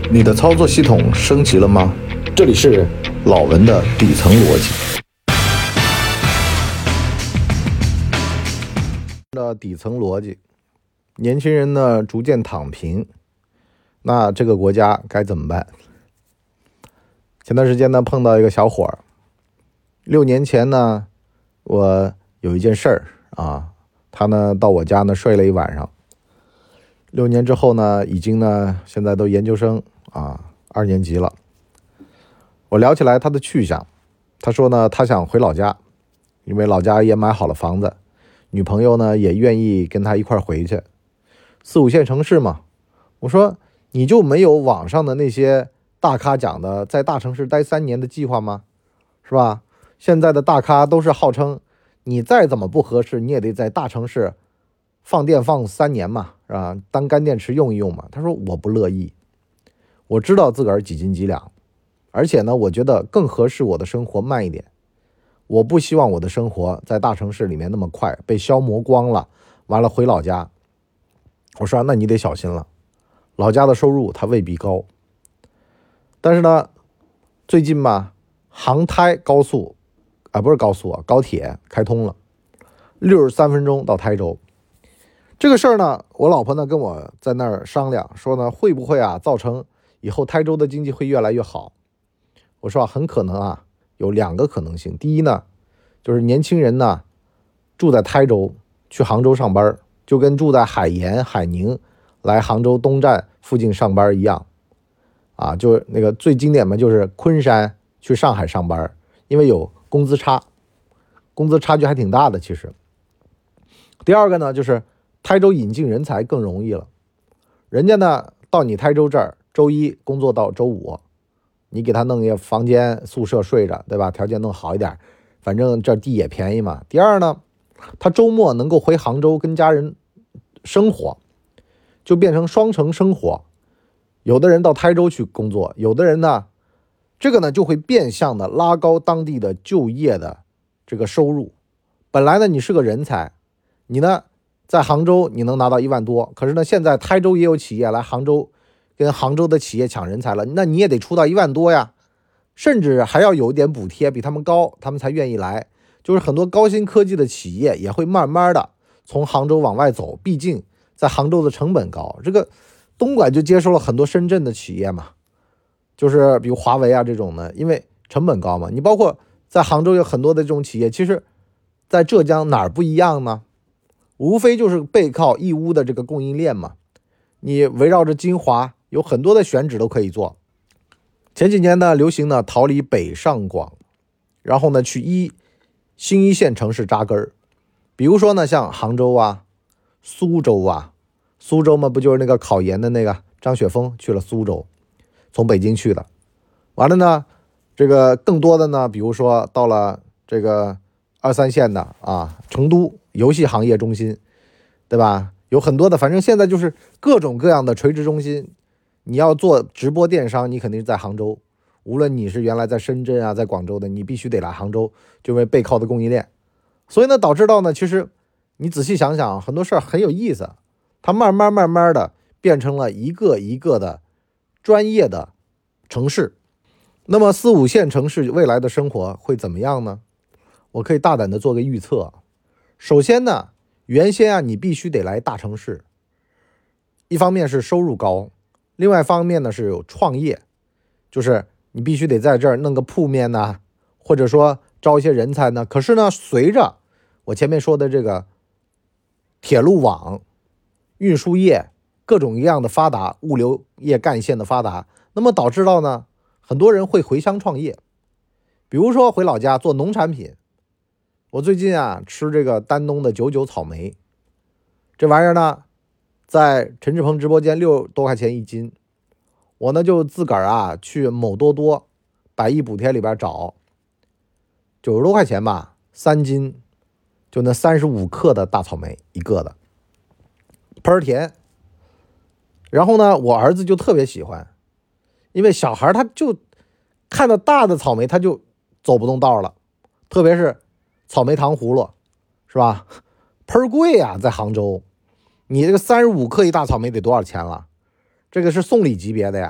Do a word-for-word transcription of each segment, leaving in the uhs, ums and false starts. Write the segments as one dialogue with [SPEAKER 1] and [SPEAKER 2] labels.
[SPEAKER 1] 你的操作系统升级了吗？这里是老文的底层逻辑。的底层逻辑，年轻人呢逐渐躺平，那这个国家该怎么办？前段时间呢碰到一个小伙儿，六年前呢我有一件事儿啊，他呢到我家呢睡了一晚上。六年之后呢，已经呢现在都研究生啊，二年级了。我聊起来他的去向，他说呢他想回老家，因为老家也买好了房子，女朋友呢也愿意跟他一块回去。四五线城市嘛，我说你就没有网上的那些大咖讲的在大城市待三年的计划吗？是吧？现在的大咖都是号称你再怎么不合适，你也得在大城市放电放三年嘛，是吧？当干电池用一用嘛。他说我不乐意，我知道自个儿几斤几两，而且呢，我觉得更合适我的生活慢一点。我不希望我的生活在大城市里面那么快被消磨光了，完了回老家。我说那你得小心了，老家的收入它未必高。但是呢，最近吧，杭台高速啊不是高速啊，高铁开通了，六十三分钟到台州。这个事儿呢，我老婆呢跟我在那儿商量，说呢会不会啊造成以后台州的经济会越来越好？我说啊，很可能啊，有两个可能性。第一呢，就是年轻人呢住在台州去杭州上班，就跟住在海盐、海宁来杭州东站附近上班一样啊，就那个最经典嘛，就是昆山去上海上班，因为有工资差，工资差距还挺大的其实。第二个呢，就是台州引进人才更容易了，人家呢到你台州这儿，周一工作到周五，你给他弄一个房间宿舍睡着，对吧？条件弄好一点，反正这地也便宜嘛。第二呢，他周末能够回杭州跟家人生活，就变成双城生活。有的人到台州去工作，有的人呢，这个呢就会变相的拉高当地的就业的这个收入。本来呢你是个人才，你呢在杭州你能拿到一万多，可是呢现在台州也有企业来杭州跟杭州的企业抢人才了，那你也得出到一万多呀，甚至还要有一点补贴比他们高，他们才愿意来。就是很多高新科技的企业也会慢慢的从杭州往外走，毕竟在杭州的成本高。这个东莞就接收了很多深圳的企业嘛，就是比如华为啊这种的，因为成本高嘛。你包括在杭州有很多的这种企业，其实在浙江哪儿不一样呢？无非就是背靠义乌的这个供应链嘛，你围绕着金华有很多的选址都可以做。前几年呢流行呢逃离北上广，然后呢去一新一线城市扎根儿，比如说呢像杭州啊、苏州啊，苏州嘛不就是那个考研的那个张雪峰去了苏州，从北京去的。完了呢，这个更多的呢，比如说到了这个二三线的啊，成都游戏行业中心，对吧？有很多的，反正现在就是各种各样的垂直中心。你要做直播电商，你肯定是在杭州。无论你是原来在深圳啊，在广州的，你必须得来杭州，就因为背靠的供应链。所以呢，导致到呢，其实你仔细想想，很多事儿很有意思，它慢慢慢慢的变成了一个一个的专业的城市。那么四五线城市未来的生活会怎么样呢？我可以大胆的做个预测。首先呢，原先啊，你必须得来大城市，一方面是收入高，另外一方面呢是有创业，就是你必须得在这儿弄个铺面呢，或者说招一些人才呢。可是呢，随着我前面说的这个铁路网、运输业各种各样的发达，物流业干线的发达，那么导致到呢，很多人会回乡创业，比如说回老家做农产品。我最近啊吃这个丹东的九九草莓，这玩意儿呢在陈志鹏直播间六多块钱一斤，我呢就自个儿啊去某多多百亿补贴里边找九十多块钱吧，三斤，就那三十五克的大草莓一个的，喷儿甜。然后呢我儿子就特别喜欢，因为小孩他就看到大的草莓他就走不动道了，特别是草莓糖葫芦，是吧？喷贵啊，在杭州，你这个三十五克一大草莓得多少钱了？这个是送礼级别的呀。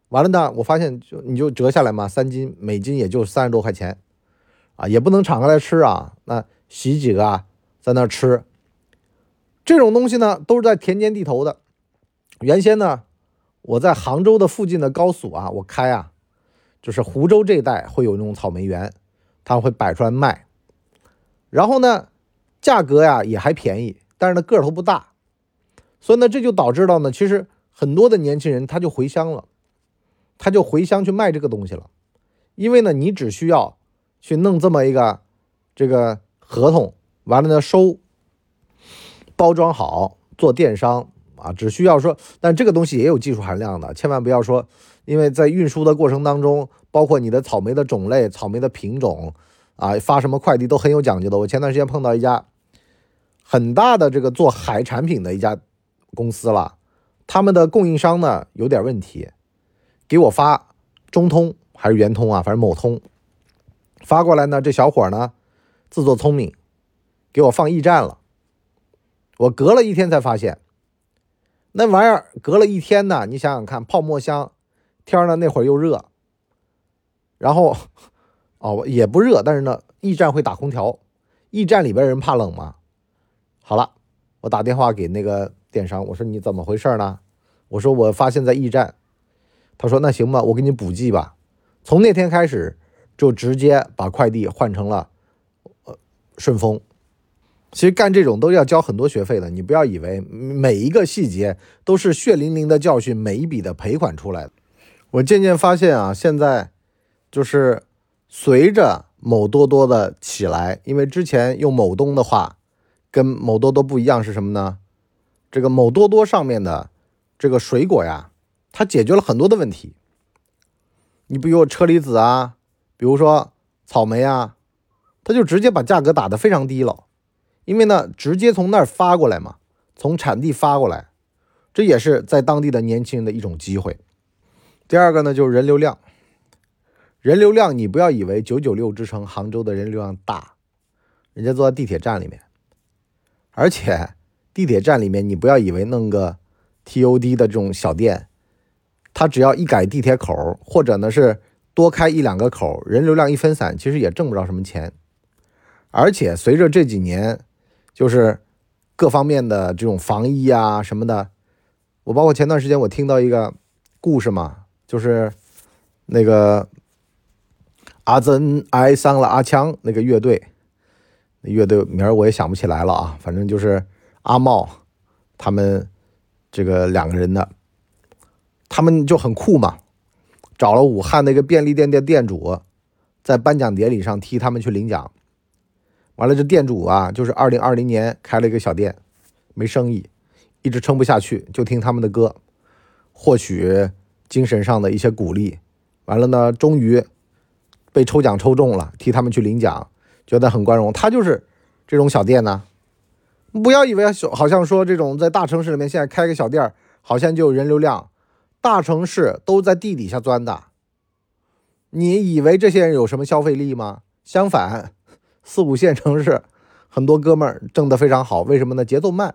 [SPEAKER 1] 完了呢，我发现就你就折下来嘛，三斤每斤也就三十多块钱啊，也不能敞开来吃啊，那洗几个啊，在那吃。这种东西呢，都是在田间地头的。原先呢，我在杭州的附近的高速啊，我开啊，就是湖州这一带会有那种草莓园，他们会摆出来卖。然后呢，价格呀也还便宜，但是呢个头不大，所以呢这就导致到呢，其实很多的年轻人他就回乡了，他就回乡去卖这个东西了。因为呢，你只需要去弄这么一个这个合同，完了呢收，包装好，做电商啊，只需要说，但这个东西也有技术含量的，千万不要说，因为在运输的过程当中，包括你的草莓的种类、草莓的品种啊，发什么快递都很有讲究的。我前段时间碰到一家很大的这个做海产品的一家公司了，他们的供应商呢有点问题，给我发中通还是圆通啊，反正某通发过来呢，这小伙呢自作聪明，给我放驿站了。我隔了一天才发现，那玩意儿隔了一天呢，你想想看，泡沫箱，天呢那会儿又热，然后哦也不热，但是呢驿站会打空调，驿站里边人怕冷嘛。好了，我打电话给那个电商，我说你怎么回事呢？我说我发现在驿站。他说那行吧，我给你补寄吧。从那天开始就直接把快递换成了呃顺丰。其实干这种都要交很多学费的，你不要以为每一个细节都是血淋淋的教训，每一笔的赔款出来的。我渐渐发现啊，现在就是随着某多多的起来，因为之前用某东的话跟某多多不一样是什么呢？这个某多多上面的这个水果呀，它解决了很多的问题。你比如车厘子啊，比如说草莓啊，它就直接把价格打得非常低了。因为呢，直接从那儿发过来嘛，从产地发过来，这也是在当地的年轻人的一种机会。第二个呢，就是人流量。人流量，你不要以为九九六之城杭州的人流量大，人家坐在地铁站里面，而且地铁站里面你不要以为弄个 T O D 的这种小店，它只要一改地铁口，或者呢是多开一两个口，人流量一分散，其实也挣不着什么钱。而且随着这几年就是各方面的这种防疫啊什么的，我包括前段时间我听到一个故事嘛，就是那个阿珍爱上了阿强那个乐队，乐队名儿我也想不起来了啊，反正就是阿茂他们这个两个人的，他们就很酷嘛，找了武汉那个便利店的店主，在颁奖典礼上替他们去领奖。完了，这店主啊，就是二零二零年开了一个小店，没生意，一直撑不下去，就听他们的歌，获取精神上的一些鼓励。完了呢，终于被抽奖抽中了，替他们去领奖，觉得很光荣。他就是这种小店呢，不要以为好像说这种在大城市里面现在开个小店，好像就有人流量，大城市都在地底下钻的。你以为这些人有什么消费力吗？相反，四五线城市很多哥们儿挣得非常好，为什么呢？节奏慢，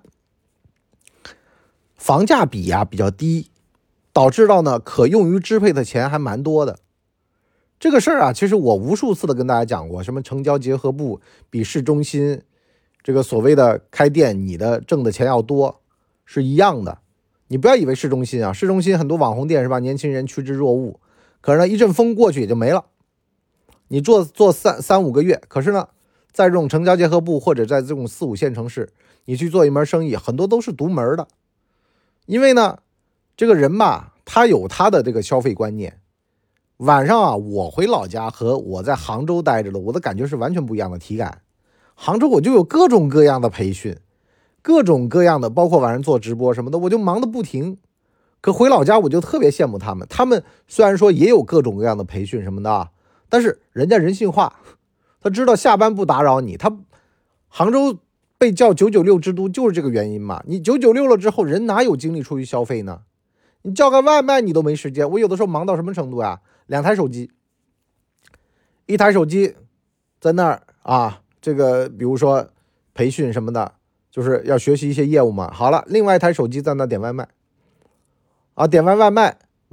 [SPEAKER 1] 房价比呀、啊、比较低，导致到呢可用于支配的钱还蛮多的。这个事儿啊，其实我无数次的跟大家讲过，什么城郊结合部比市中心这个所谓的开店，你的挣的钱要多，是一样的。你不要以为市中心啊，市中心很多网红店是吧？年轻人趋之若鹜，可是呢一阵风过去也就没了。你做做三三五个月，可是呢，在这种城郊结合部或者在这种四五线城市，你去做一门生意，很多都是独门的。因为呢，这个人吧，他有他的这个消费观念。晚上啊，我回老家和我在杭州待着的，我的感觉是完全不一样的体感。杭州我就有各种各样的培训，各种各样的，包括晚上做直播什么的，我就忙得不停。可回老家我就特别羡慕他们，他们虽然说也有各种各样的培训什么的，但是人家人性化，他知道下班不打扰你。他杭州被叫九九六之都就是这个原因嘛。你九九六了之后，人哪有精力出去消费呢？你叫个外卖你都没时间。我有的时候忙到什么程度啊？两台手机，一台手机在那儿啊，这个比如说培训什么的，就是要学习一些业务嘛。好了，另外一台手机在那点外卖啊，点完外卖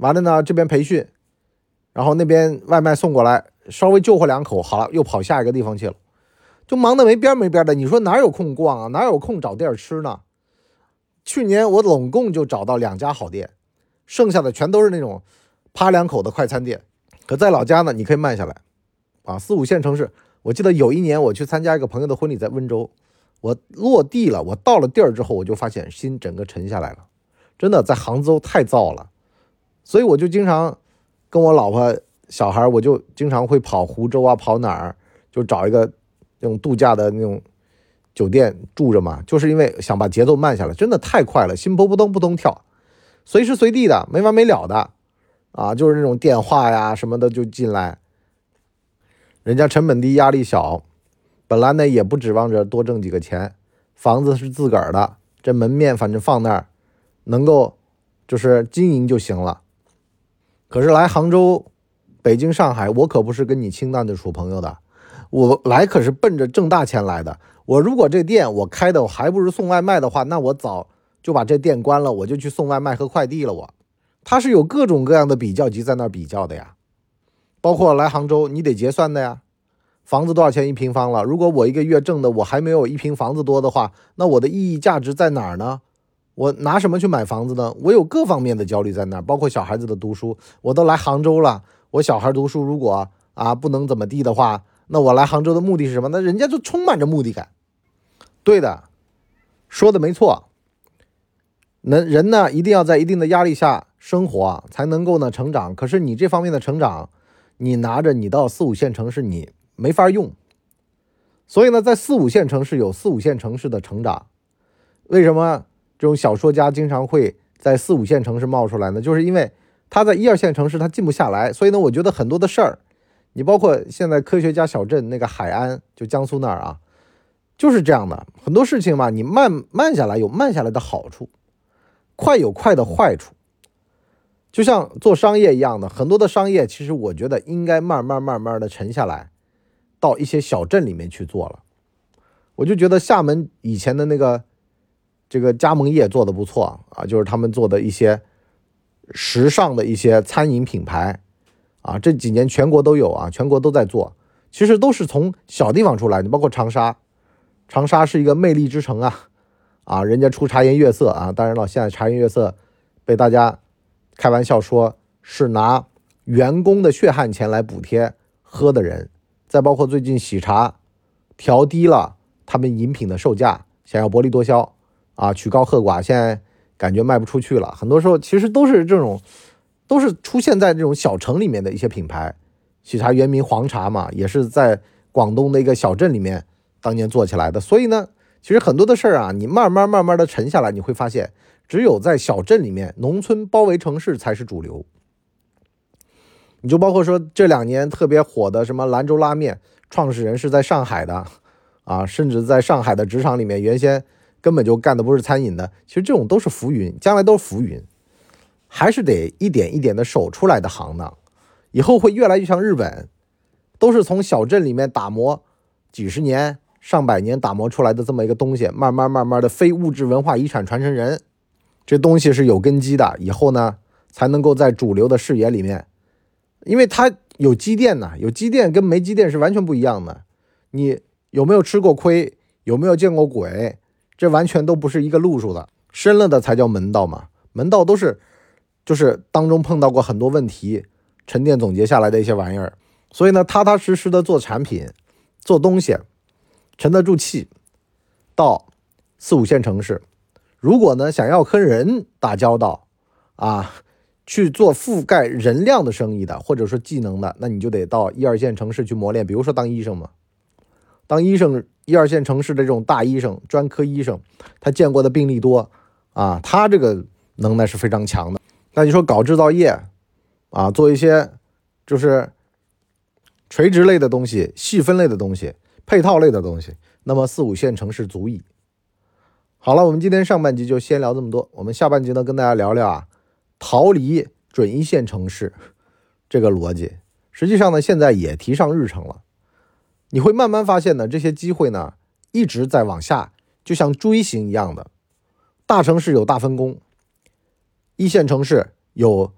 [SPEAKER 1] 完了呢这边培训，然后那边外卖送过来，稍微救活两口，好了又跑下一个地方去了，就忙得没边没边的。你说哪有空逛啊，哪有空找地儿吃呢？去年我总共就找到两家好店，剩下的全都是那种趴两口的快餐店。可在老家呢，你可以慢下来啊。四五线城市，我记得有一年我去参加一个朋友的婚礼，在温州，我落地了，我到了地儿之后，我就发现心整个沉下来了。真的在杭州太燥了，所以我就经常跟我老婆小孩，我就经常会跑湖州啊，跑哪儿就找一个那种度假的那种酒店住着嘛，就是因为想把节奏慢下来，真的太快了，心扑扑通扑通跳，随时随地的没完没了的啊，就是那种电话呀什么的就进来，人家成本低压力小，本来呢也不指望着多挣几个钱，房子是自个儿的，这门面反正放那儿能够就是经营就行了。可是来杭州、北京、上海，我可不是跟你清淡的处朋友的，我来可是奔着挣大钱来的。我如果这店我开的我还不如送外卖的话，那我早就把这店关了，我就去送外卖和快递了。我它是有各种各样的比较级在那儿比较的呀，包括来杭州你得结算的呀，房子多少钱一平方了，如果我一个月挣的我还没有一平房子多的话，那我的意义价值在哪儿呢？我拿什么去买房子呢？我有各方面的焦虑在那儿，包括小孩子的读书，我都来杭州了，我小孩读书如果啊不能怎么地的话，那我来杭州的目的是什么？那人家就充满着目的感。对的，说的没错。能人呢一定要在一定的压力下生活才能够呢成长，可是你这方面的成长，你拿着你到四五线城市你没法用。所以呢，在四五线城市有四五线城市的成长。为什么这种小说家经常会在四五线城市冒出来呢？就是因为他在一二线城市他静不下来。所以呢，我觉得很多的事儿，你包括现在科学家小镇那个海安，就江苏那儿啊，就是这样的。很多事情嘛，你慢慢下来有慢下来的好处，快有快的坏处。就像做商业一样的，很多的商业其实我觉得应该慢慢慢慢的沉下来，到一些小镇里面去做了。我就觉得厦门以前的那个这个加盟业做的不错啊，就是他们做的一些时尚的一些餐饮品牌啊，这几年全国都有啊，全国都在做，其实都是从小地方出来的。包括长沙，长沙是一个魅力之城啊，啊，人家出茶颜悦色啊，当然了，现在茶颜悦色被大家开玩笑说是拿员工的血汗钱来补贴喝的人。再包括最近喜茶调低了他们饮品的售价，想要薄利多销啊，曲高和寡，现在感觉卖不出去了。很多时候其实都是这种，都是出现在这种小城里面的一些品牌。喜茶原名黄茶嘛，也是在广东的一个小镇里面当年做起来的。所以呢，其实很多的事儿啊，你慢慢慢慢的沉下来，你会发现只有在小镇里面，农村包围城市才是主流。你就包括说这两年特别火的什么兰州拉面，创始人是在上海的啊，甚至在上海的职场里面原先根本就干的不是餐饮的，其实这种都是浮云，将来都是浮云，还是得一点一点的守出来的行当。以后会越来越像日本，都是从小镇里面打磨几十年上百年打磨出来的这么一个东西，慢慢慢慢的非物质文化遗产传承人，这东西是有根基的，以后呢才能够在主流的视野里面，因为它有积淀呢，有积淀跟没积淀是完全不一样的。你有没有吃过亏，有没有见过鬼，这完全都不是一个路数的。深了的才叫门道嘛，门道都是就是当中碰到过很多问题沉淀总结下来的一些玩意儿。所以呢，踏踏实实的做产品做东西，沉得住气。到四五线城市，如果呢想要跟人打交道啊，去做覆盖人量的生意的，或者说技能的，那你就得到一二线城市去磨练。比如说当医生嘛，当医生，一二线城市的这种大医生、专科医生，他见过的病例多啊，他这个能耐是非常强的。那你说搞制造业啊，做一些就是垂直类的东西、细分类的东西、配套类的东西，那么四五线城市足矣。好了，我们今天上半集就先聊这么多，我们下半集呢跟大家聊聊啊，逃离准一线城市这个逻辑。实际上呢，现在也提上日程了。你会慢慢发现呢，这些机会呢一直在往下，就像锥形一样的。大城市有大分工，一线城市有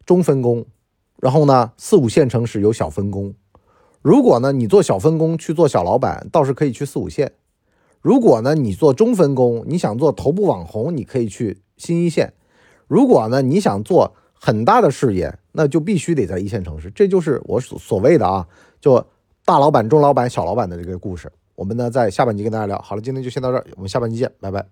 [SPEAKER 1] 中分工，然后呢四五线城市有小分工。如果呢你做小分工去做小老板，倒是可以去四五线。如果呢你做中分工，你想做头部网红，你可以去新一线。如果呢你想做很大的事业，那就必须得在一线城市。这就是我所所谓的啊，就大老板、中老板、小老板的这个故事。我们呢在下半集跟大家聊。好了，今天就先到这儿，我们下半集见，拜拜。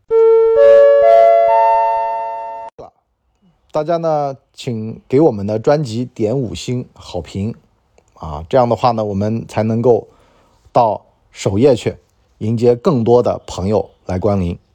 [SPEAKER 1] 大家呢请给我们的专辑点五星好评啊，这样的话呢我们才能够到首页去迎接更多的朋友来光临。